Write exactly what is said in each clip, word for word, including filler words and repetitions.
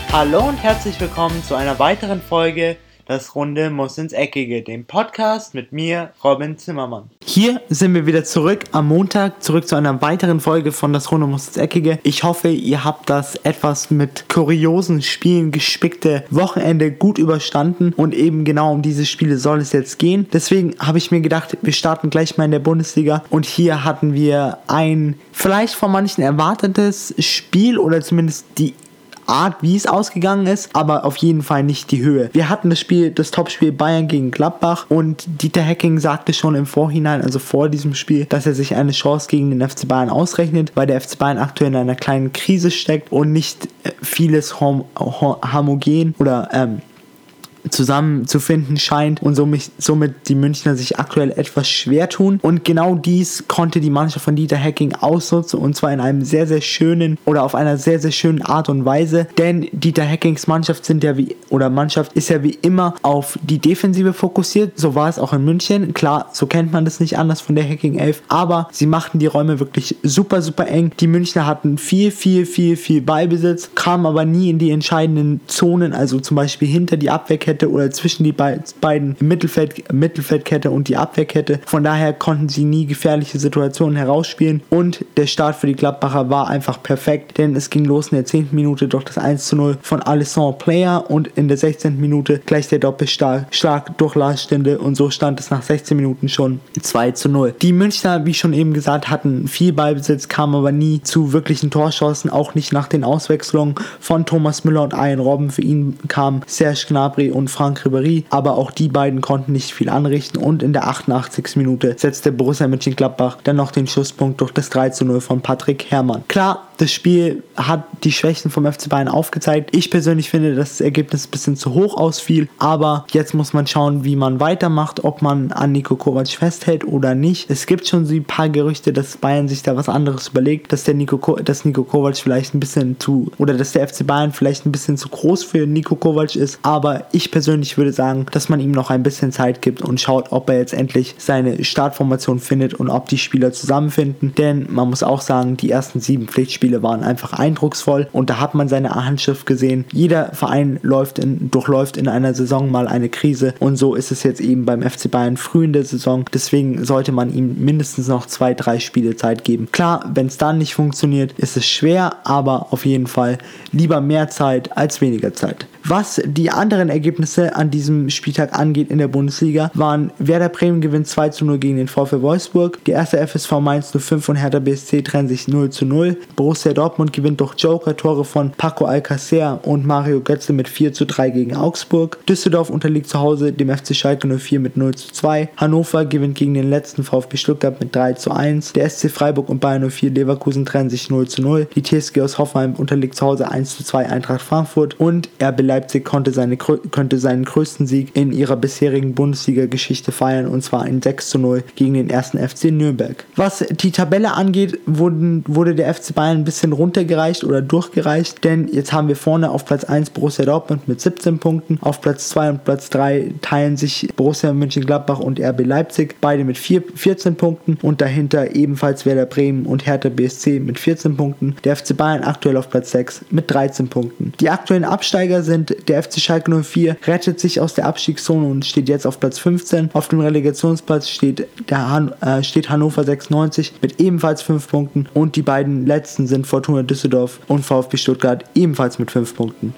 Hallo und herzlich willkommen zu einer weiteren Folge Das Runde muss ins Eckige, dem Podcast mit mir, Robin Zimmermann. Hier sind wir wieder zurück am Montag, zurück zu einer weiteren Folge von Das Runde muss ins Eckige. Ich hoffe, ihr habt das etwas mit kuriosen Spielen gespickte Wochenende gut überstanden und eben genau um diese Spiele soll es jetzt gehen. Deswegen habe ich mir gedacht, wir starten gleich mal in der Bundesliga und hier hatten wir ein vielleicht von manchen erwartetes Spiel oder zumindest die Art, wie es ausgegangen ist, aber auf jeden Fall nicht die Höhe. Wir hatten das Spiel, das Topspiel Bayern gegen Gladbach und Dieter Hecking sagte schon im Vorhinein, also vor diesem Spiel, dass er sich eine Chance gegen den F C Bayern ausrechnet, weil der F C Bayern aktuell in einer kleinen Krise steckt und nicht vieles hom- homogen oder ähm, zusammenzufinden scheint und somit, somit die Münchner sich aktuell etwas schwer tun. Und genau dies konnte die Mannschaft von Dieter Hecking ausnutzen und zwar in einem sehr, sehr schönen oder auf einer sehr, sehr schönen Art und Weise. Denn Dieter Heckings Mannschaft sind ja wie oder Mannschaft ist ja wie immer auf die Defensive fokussiert. So war es auch in München. Klar, so kennt man das nicht anders von der Hecking elf, aber sie machten die Räume wirklich super, super eng. Die Münchner hatten viel, viel, viel, viel Ballbesitz, kamen aber nie in die entscheidenden Zonen, also zum Beispiel hinter die Abwehrkette oder zwischen die be- beiden Mittelfeld, Mittelfeldkette und die Abwehrkette. Von daher konnten sie nie gefährliche Situationen herausspielen und der Start für die Gladbacher war einfach perfekt, denn es ging los in der zehnten Minute durch das eins zu null von Alessandro Player und in der sechzehnten Minute gleich der Doppelschlag durch Lars Stindl und so stand es nach sechzehn Minuten schon zwei zu null. Die Münchner, wie schon eben gesagt, hatten viel Ballbesitz, kamen aber nie zu wirklichen Torchancen, auch nicht nach den Auswechslungen von Thomas Müller und Arjen Robben. Für ihn kamen Serge Gnabry und Franck Ribéry, aber auch die beiden konnten nicht viel anrichten und in der achtundachtzigsten Minute setzte Borussia Mönchengladbach dann noch den Schusspunkt durch das drei zu null von Patrick Herrmann. Klar, das Spiel hat die Schwächen vom F C Bayern aufgezeigt. Ich persönlich finde, dass das Ergebnis ein bisschen zu hoch ausfiel, aber jetzt muss man schauen, wie man weitermacht, ob man an Niko Kovac festhält oder nicht. Es gibt schon so ein paar Gerüchte, dass Bayern sich da was anderes überlegt, dass der Niko, Ko- dass Niko Kovac vielleicht ein bisschen zu, oder dass der F C Bayern vielleicht ein bisschen zu groß für Niko Kovac ist, aber ich persönlich würde sagen, dass man ihm noch ein bisschen Zeit gibt und schaut, ob er jetzt endlich seine Startformation findet und ob die Spieler zusammenfinden, denn man muss auch sagen, die ersten sieben Pflichtspiele waren einfach eindrucksvoll und da hat man seine Handschrift gesehen. Jeder Verein läuft in, durchläuft in einer Saison mal eine Krise und so ist es jetzt eben beim F C Bayern früh in der Saison, deswegen sollte man ihm mindestens noch zwei, drei Spiele Zeit geben. Klar, wenn es dann nicht funktioniert, ist es schwer, aber auf jeden Fall lieber mehr Zeit als weniger Zeit. Was die anderen Ergebnisse an diesem Spieltag angeht in der Bundesliga, waren Werder Bremen gewinnt zwei zu null gegen den VfL Wolfsburg, die erste F S V Mainz null fünf und Hertha B S C trennen sich null zu null, Borussia Dortmund gewinnt durch Joker-Tore von Paco Alcacer und Mario Götze mit vier zu drei gegen Augsburg, Düsseldorf unterliegt zu Hause dem F C Schalke null vier mit null zu zwei, Hannover gewinnt gegen den letzten VfB Stuttgart mit drei zu eins, der S C Freiburg und Bayern null vier Leverkusen trennen sich null zu null, die T S G aus Hoffenheim unterliegt zu Hause eins zu zwei Eintracht Frankfurt und R B Leipzig konnte, seine, konnte seinen größten Sieg in ihrer bisherigen Bundesliga-Geschichte feiern und zwar ein sechs zu null gegen den ersten F C Nürnberg. Was die Tabelle angeht, wurden, wurde der F C Bayern ein bisschen runtergereicht oder durchgereicht, denn jetzt haben wir vorne auf Platz eins Borussia Dortmund mit siebzehn Punkten, auf Platz zwei und Platz drei teilen sich Borussia Mönchengladbach und R B Leipzig, beide mit vier, vierzehn Punkten und dahinter ebenfalls Werder Bremen und Hertha B S C mit vierzehn Punkten, der F C Bayern aktuell auf Platz sechs mit dreizehn Punkten. Die aktuellen Absteiger sind der F C Schalke null vier, rettet sich aus der Abstiegszone und steht jetzt auf Platz fünfzehn. Auf dem Relegationsplatz steht, der Han- äh, steht Hannover sechsundneunzig mit ebenfalls fünf Punkten und die beiden letzten sind Fortuna Düsseldorf und VfB Stuttgart ebenfalls mit fünf Punkten.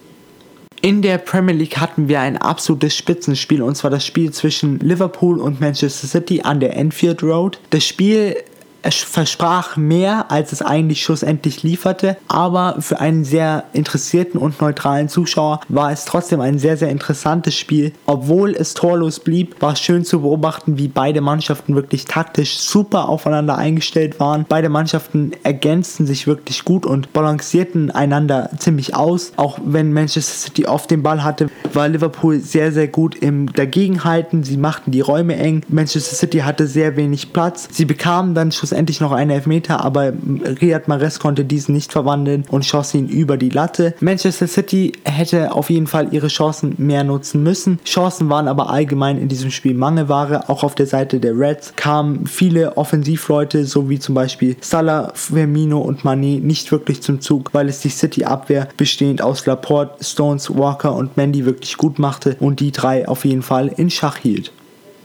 In der Premier League hatten wir ein absolutes Spitzenspiel und zwar das Spiel zwischen Liverpool und Manchester City an der Anfield Road. Das Spiel Es versprach mehr, als es eigentlich schlussendlich lieferte, aber für einen sehr interessierten und neutralen Zuschauer war es trotzdem ein sehr, sehr interessantes Spiel. Obwohl es torlos blieb, war es schön zu beobachten, wie beide Mannschaften wirklich taktisch super aufeinander eingestellt waren. Beide Mannschaften ergänzten sich wirklich gut und balancierten einander ziemlich aus. Auch wenn Manchester City oft den Ball hatte, war Liverpool sehr, sehr gut im Dagegenhalten. Sie machten die Räume eng. Manchester City hatte sehr wenig Platz. Sie bekamen dann schlussendlich schlussendlich noch einen Elfmeter, aber Riyad Mahrez konnte diesen nicht verwandeln und schoss ihn über die Latte. Manchester City hätte auf jeden Fall ihre Chancen mehr nutzen müssen. Chancen waren aber allgemein in diesem Spiel Mangelware. Auch auf der Seite der Reds kamen viele Offensivleute, so wie zum Beispiel Salah, Firmino und Mané nicht wirklich zum Zug, weil es die City-Abwehr bestehend aus Laporte, Stones, Walker und Mendy wirklich gut machte und die drei auf jeden Fall in Schach hielt.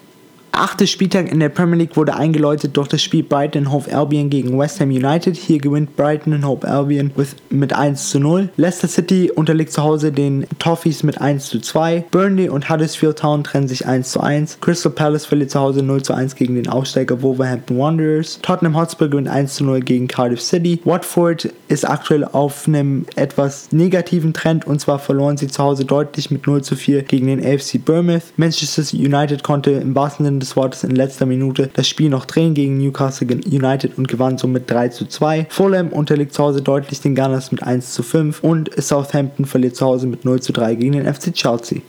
Achte Spieltag in der Premier League wurde eingeläutet durch das Spiel Brighton and Hove Albion gegen West Ham United. Hier gewinnt Brighton and Hove Albion with, mit eins zu null. Leicester City unterliegt zu Hause den Toffees mit eins zu zwei. Burnley und Huddersfield Town trennen sich eins zu eins. Crystal Palace verliert zu Hause null zu eins gegen den Aufsteiger Wolverhampton Wanderers. Tottenham Hotspur gewinnt eins zu null gegen Cardiff City. Watford ist aktuell auf einem etwas negativen Trend, und zwar verloren sie zu Hause deutlich mit null zu vier gegen den A F C Bournemouth. Manchester United konnte im wahrsten Sinne des Wortes in letzter Minute das Spiel noch drehen gegen Newcastle United und gewann somit drei zu zwei. Fulham unterliegt zu Hause deutlich den Gunners mit eins zu fünf und Southampton verliert zu Hause mit null zu drei gegen den F C Chelsea.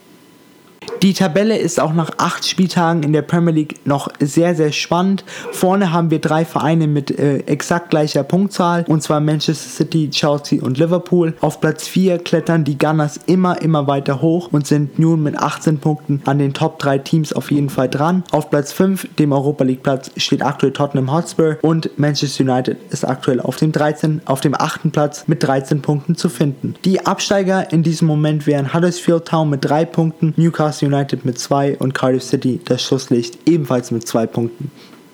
Die Tabelle ist auch nach acht Spieltagen in der Premier League noch sehr, sehr spannend. Vorne haben wir drei Vereine mit äh, exakt gleicher Punktzahl, und zwar Manchester City, Chelsea und Liverpool. Auf Platz vier klettern die Gunners immer, immer weiter hoch und sind nun mit achtzehn Punkten an den Top drei Teams auf jeden Fall dran. Auf Platz fünf, dem Europa League Platz, steht aktuell Tottenham Hotspur, und Manchester United ist aktuell auf dem dreizehn, auf dem achten Platz mit dreizehn Punkten zu finden. Die Absteiger in diesem Moment wären Huddersfield Town mit drei Punkten, Newcastle United mit zwei und Cardiff City, das Schlusslicht, ebenfalls mit zwei Punkten.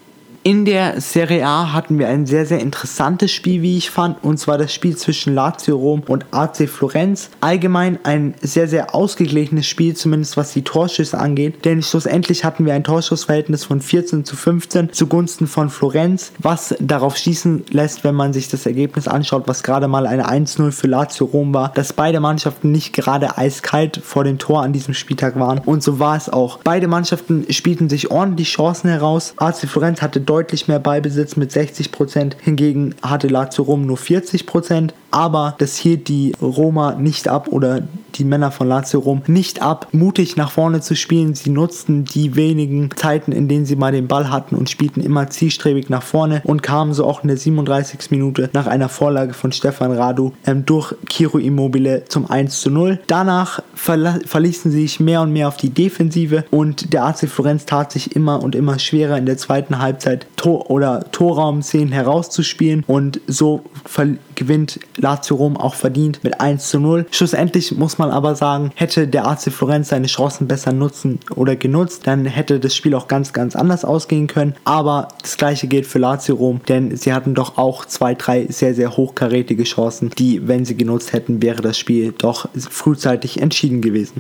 In der Serie A hatten wir ein sehr, sehr interessantes Spiel, wie ich fand, und zwar das Spiel zwischen Lazio Rom und A C Florenz. Allgemein ein sehr, sehr ausgeglichenes Spiel, zumindest was die Torschüsse angeht, denn schlussendlich hatten wir ein Torschussverhältnis von vierzehn zu fünfzehn zugunsten von Florenz, was darauf schließen lässt, wenn man sich das Ergebnis anschaut, was gerade mal eine eins zu null für Lazio Rom war, dass beide Mannschaften nicht gerade eiskalt vor dem Tor an diesem Spieltag waren, und so war es auch. Beide Mannschaften spielten sich ordentlich Chancen heraus. A C Florenz hatte deutlich mehr Ballbesitz mit sechzig Prozent, hingegen hatte Lazio Rom nur vierzig Prozent, aber das hielt die Roma nicht ab, oder die Männer von Lazio Rom nicht ab, mutig nach vorne zu spielen. Sie nutzten die wenigen Zeiten, in denen sie mal den Ball hatten, und spielten immer zielstrebig nach vorne und kamen so auch in der siebenunddreißigsten Minute nach einer Vorlage von Stefan Radu ähm, durch Ciro Immobile zum eins zu null. Danach verla- verließen sie sich mehr und mehr auf die Defensive, und der A C Florenz tat sich immer und immer schwerer in der zweiten Halbzeit Tor- oder Torraumszenen herauszuspielen, und so ver- gewinnt Lazio Rom auch verdient mit eins zu null. Schlussendlich muss man aber sagen, hätte der A C Florenz seine Chancen besser nutzen oder genutzt, dann hätte das Spiel auch ganz, ganz anders ausgehen können. Aber das gleiche gilt für Lazio Rom, denn sie hatten doch auch zwei, drei sehr, sehr hochkarätige Chancen, die, wenn sie genutzt hätten, wäre das Spiel doch frühzeitig entschieden gewesen.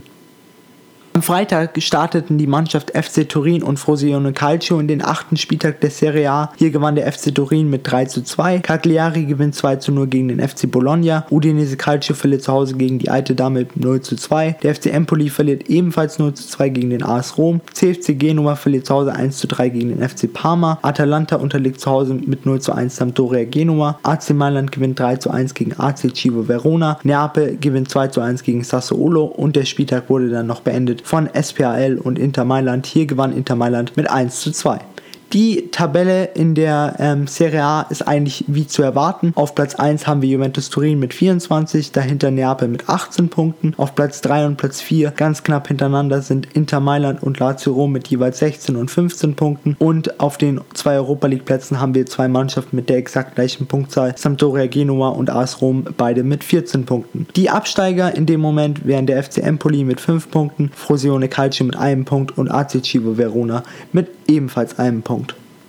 Am Freitag starteten die Mannschaft F C Turin und Frosinone Calcio in den achten Spieltag der Serie A. Hier gewann der F C Turin mit drei zu zwei. Cagliari gewinnt zwei zu null gegen den F C Bologna. Udinese Calcio verliert zu Hause gegen die Alte Dame mit null zu zwei. Der F C Empoli verliert ebenfalls null zu zwei gegen den A S Rom. C F C Genua verliert zu Hause eins zu drei gegen den F C Parma. Atalanta unterliegt zu Hause mit null zu eins Sampdoria Genua. A C Mailand gewinnt drei zu eins gegen A C Chievo Verona. Neapel gewinnt zwei zu eins gegen Sassuolo, und der Spieltag wurde dann noch beendet von S P A L und Inter Mailand. Hier gewann Inter Mailand mit eins zu zwei. Die Tabelle in der ähm, Serie A ist eigentlich wie zu erwarten. Auf Platz eins haben wir Juventus Turin mit vierundzwanzig, dahinter Neapel mit achtzehn Punkten. Auf Platz drei und Platz vier ganz knapp hintereinander sind Inter Mailand und Lazio Rom mit jeweils sechzehn und fünfzehn Punkten. Und auf den zwei Europa League Plätzen haben wir zwei Mannschaften mit der exakt gleichen Punktzahl, Sampdoria Genua und A S Rom, beide mit vierzehn Punkten. Die Absteiger in dem Moment wären der F C Empoli mit fünf Punkten, Frosinone Calcio mit einem Punkt und A C Chievo Verona mit ebenfalls einem Punkt.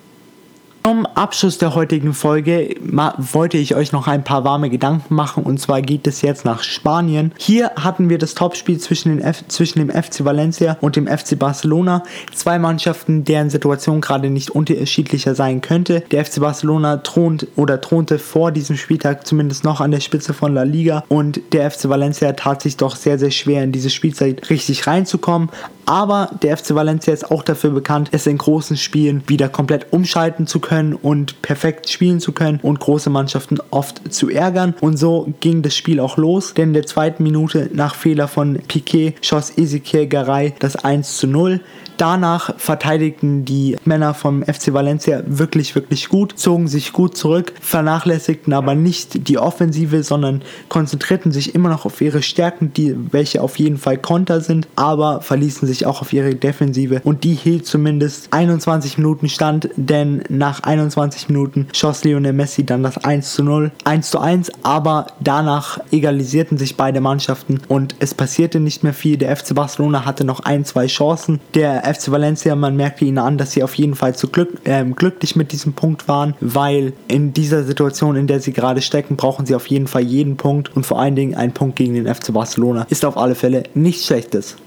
Zum Abschluss der heutigen Folge ma- wollte ich euch noch ein paar warme Gedanken machen, und zwar geht es jetzt nach Spanien. Hier hatten wir das Topspiel zwischen, den F- zwischen dem F C Valencia und dem F C Barcelona. Zwei Mannschaften, deren Situation gerade nicht unterschiedlicher sein könnte. Der F C Barcelona thront oder thronte vor diesem Spieltag zumindest noch an der Spitze von La Liga, und der F C Valencia tat sich doch sehr, sehr schwer, in diese Spielzeit richtig reinzukommen. Aber der F C Valencia ist auch dafür bekannt, es in großen Spielen wieder komplett umschalten zu können. können und perfekt spielen zu können und große Mannschaften oft zu ärgern. Und so ging das Spiel auch los, denn in der zweiten Minute nach Fehler von Piqué schoss Ezequiel Garay das eins zu null. Danach verteidigten die Männer vom F C Valencia wirklich, wirklich gut, zogen sich gut zurück, vernachlässigten aber nicht die Offensive, sondern konzentrierten sich immer noch auf ihre Stärken, die welche auf jeden Fall Konter sind, aber verließen sich auch auf ihre Defensive und die hielt zumindest einundzwanzig Minuten stand, denn nach einundzwanzig Minuten schoss Lionel Messi dann das eins zu null, eins zu eins, aber danach egalisierten sich beide Mannschaften und es passierte nicht mehr viel. Der F C Barcelona hatte noch ein, zwei Chancen. Der F C Valencia, man merkte ihnen an, dass sie auf jeden Fall zu glück, äh, glücklich mit diesem Punkt waren, weil in dieser Situation, in der sie gerade stecken, brauchen sie auf jeden Fall jeden Punkt und vor allen Dingen ein Punkt gegen den F C Barcelona ist auf alle Fälle nichts Schlechtes.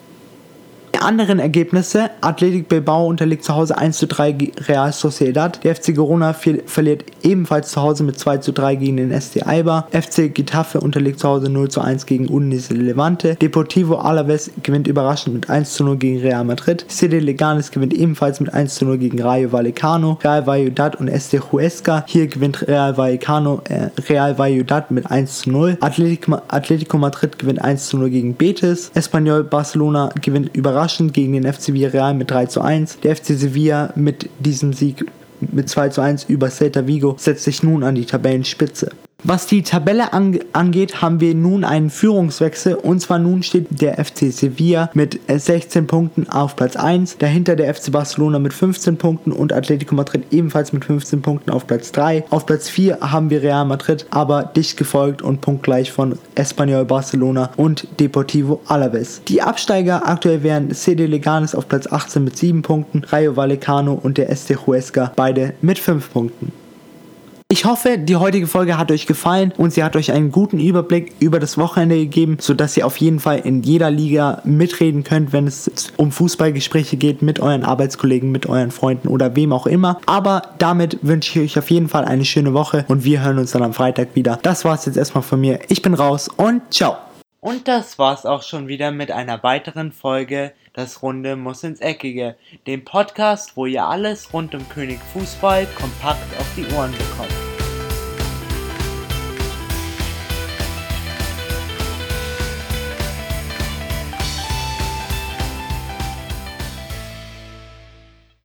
Die anderen Ergebnisse: Athletic Bilbao unterliegt zu Hause eins zu drei Real Sociedad, der F C Girona ver- verliert ebenfalls zu Hause mit zwei zu drei gegen den S C Eibar, F C Getafe unterliegt zu Hause null zu eins gegen Udinese Levante, Deportivo Alavés gewinnt überraschend mit eins zu null gegen Real Madrid, C D Leganes gewinnt ebenfalls mit eins zu null gegen Rayo Vallecano, Real Valladolid und S D Huesca, hier gewinnt Real Vallecano, äh, Real Valladolid mit eins zu null, Atletico, Atletico Madrid gewinnt eins zu null gegen Betis, Espanyol Barcelona gewinnt überraschend gegen den F C Villarreal mit drei zu eins. Der F C Sevilla mit diesem Sieg mit zwei zu eins über Celta Vigo setzt sich nun an die Tabellenspitze. Was die Tabelle ange- angeht, haben wir nun einen Führungswechsel und zwar nun steht der F C Sevilla mit sechzehn Punkten auf Platz eins, dahinter der F C Barcelona mit fünfzehn Punkten und Atletico Madrid ebenfalls mit fünfzehn Punkten auf Platz drei. Auf Platz vier haben wir Real Madrid, aber dicht gefolgt und punktgleich von Espanyol Barcelona und Deportivo Alavés. Die Absteiger aktuell wären C D Leganes auf Platz achtzehn mit sieben Punkten, Rayo Vallecano und der S D Huesca beide mit fünf Punkten. Ich hoffe, die heutige Folge hat euch gefallen und sie hat euch einen guten Überblick über das Wochenende gegeben, sodass ihr auf jeden Fall in jeder Liga mitreden könnt, wenn es um Fußballgespräche geht mit euren Arbeitskollegen, mit euren Freunden oder wem auch immer. Aber damit wünsche ich euch auf jeden Fall eine schöne Woche und wir hören uns dann am Freitag wieder. Das war's jetzt erstmal von mir. Ich bin raus und ciao. Und das war's auch schon wieder mit einer weiteren Folge Das Runde muss ins Eckige, dem Podcast, wo ihr alles rund um König Fußball kompakt auf die Ohren bekommt.